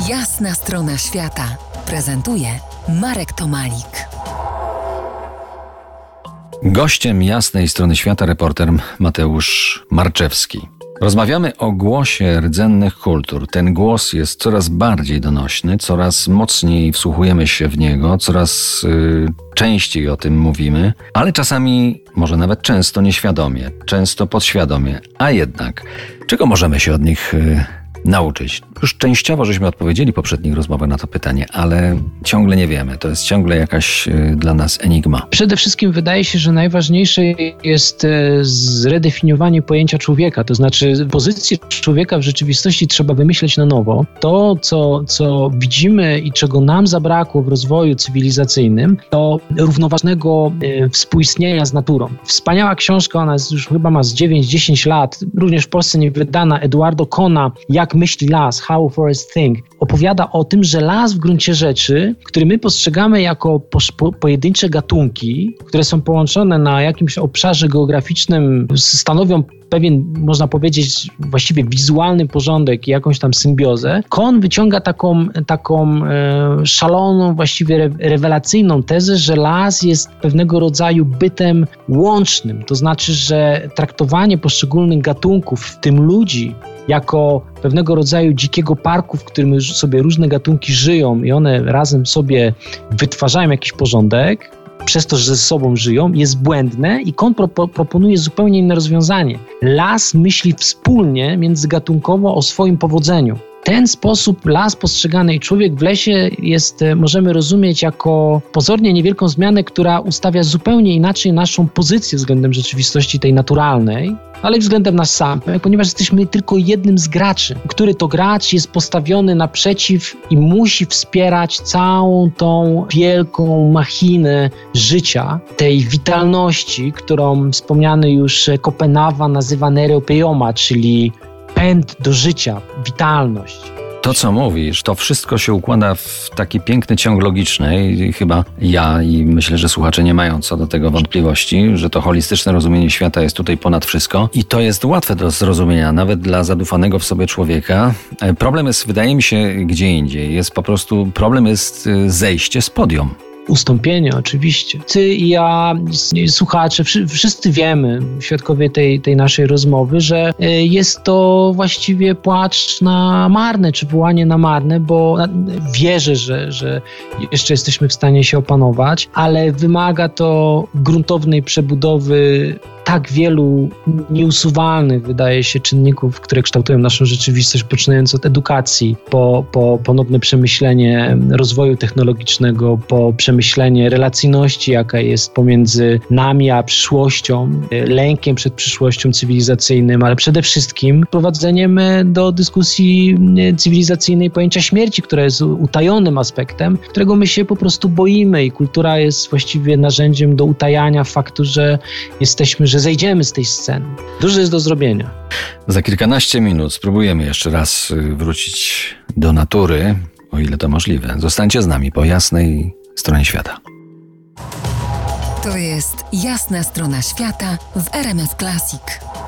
Jasna strona świata prezentuje Marek Tomalik. Gościem Jasnej Strony Świata reporter Mateusz Marczewski. Rozmawiamy o głosie rdzennych kultur. Ten głos jest coraz bardziej donośny, coraz mocniej wsłuchujemy się w niego, coraz częściej o tym mówimy, ale czasami, może nawet często nieświadomie, często podświadomie. A jednak, czego możemy się od nich nauczyć? Już częściowo żeśmy odpowiedzieli w poprzednich rozmowach na to pytanie, ale ciągle nie wiemy. To jest ciągle jakaś dla nas enigma. Przede wszystkim wydaje się, że najważniejsze jest zredefiniowanie pojęcia człowieka. To znaczy pozycję człowieka w rzeczywistości trzeba wymyśleć na nowo. To, co widzimy i czego nam zabrakło w rozwoju cywilizacyjnym, to równoważnego współistnienia z naturą. Wspaniała książka, ona już chyba ma z 9-10 lat, również w Polsce nie wydana, Eduardo Kona, Jak myśli las, How Forests Think, opowiada o tym, że las w gruncie rzeczy, który my postrzegamy jako pojedyncze gatunki, które są połączone na jakimś obszarze geograficznym, stanowią pewien, można powiedzieć, właściwie wizualny porządek i jakąś tam symbiozę. Kohn wyciąga taką szaloną, właściwie rewelacyjną tezę, że las jest pewnego rodzaju bytem łącznym. To znaczy, że traktowanie poszczególnych gatunków, w tym ludzi, jako pewnego rodzaju dzikiego parku, w którym sobie różne gatunki żyją i one razem sobie wytwarzają jakiś porządek, przez to, że ze sobą żyją, jest błędne i Kohn proponuje zupełnie inne rozwiązanie. Las myśli wspólnie, międzygatunkowo o swoim powodzeniu. W ten sposób las postrzegany i człowiek w lesie możemy rozumieć jako pozornie niewielką zmianę, która ustawia zupełnie inaczej naszą pozycję względem rzeczywistości tej naturalnej, ale względem nas samych, ponieważ jesteśmy tylko jednym z graczy, który to gracz jest postawiony naprzeciw i musi wspierać całą tą wielką machinę życia, tej witalności, którą wspomniany już Schopenhauer nazywa neuropeoma, czyli pęd do życia, witalność. To, co mówisz, to wszystko się układa w taki piękny ciąg logiczny i chyba ja i myślę, że słuchacze nie mają co do tego wątpliwości, że to holistyczne rozumienie świata jest tutaj ponad wszystko i to jest łatwe do zrozumienia, nawet dla zadufanego w sobie człowieka. Problem jest, wydaje mi się, gdzie indziej. Problem jest zejście z podium. Ustąpienie, oczywiście. Ty i ja, słuchacze, wszyscy wiemy, świadkowie tej naszej rozmowy, że jest to właściwie płacz na marne, czy wołanie na marne, bo wierzę, że jeszcze jesteśmy w stanie się opanować, ale wymaga to gruntownej przebudowy tak wielu nieusuwalnych, wydaje się, czynników, które kształtują naszą rzeczywistość, poczynając od edukacji, po ponowne przemyślenie rozwoju technologicznego, po przemyślenie relacyjności, jaka jest pomiędzy nami a przyszłością, lękiem przed przyszłością cywilizacyjnym, ale przede wszystkim prowadzeniem do dyskusji cywilizacyjnej pojęcia śmierci, która jest utajonym aspektem, którego my się po prostu boimy i kultura jest właściwie narzędziem do utajania faktu, że zejdziemy z tej sceny. Dużo jest do zrobienia. Za kilkanaście minut spróbujemy jeszcze raz wrócić do natury, o ile to możliwe. Zostańcie z nami po Jasnej Stronie Świata. To jest Jasna Strona Świata w RMF Classic.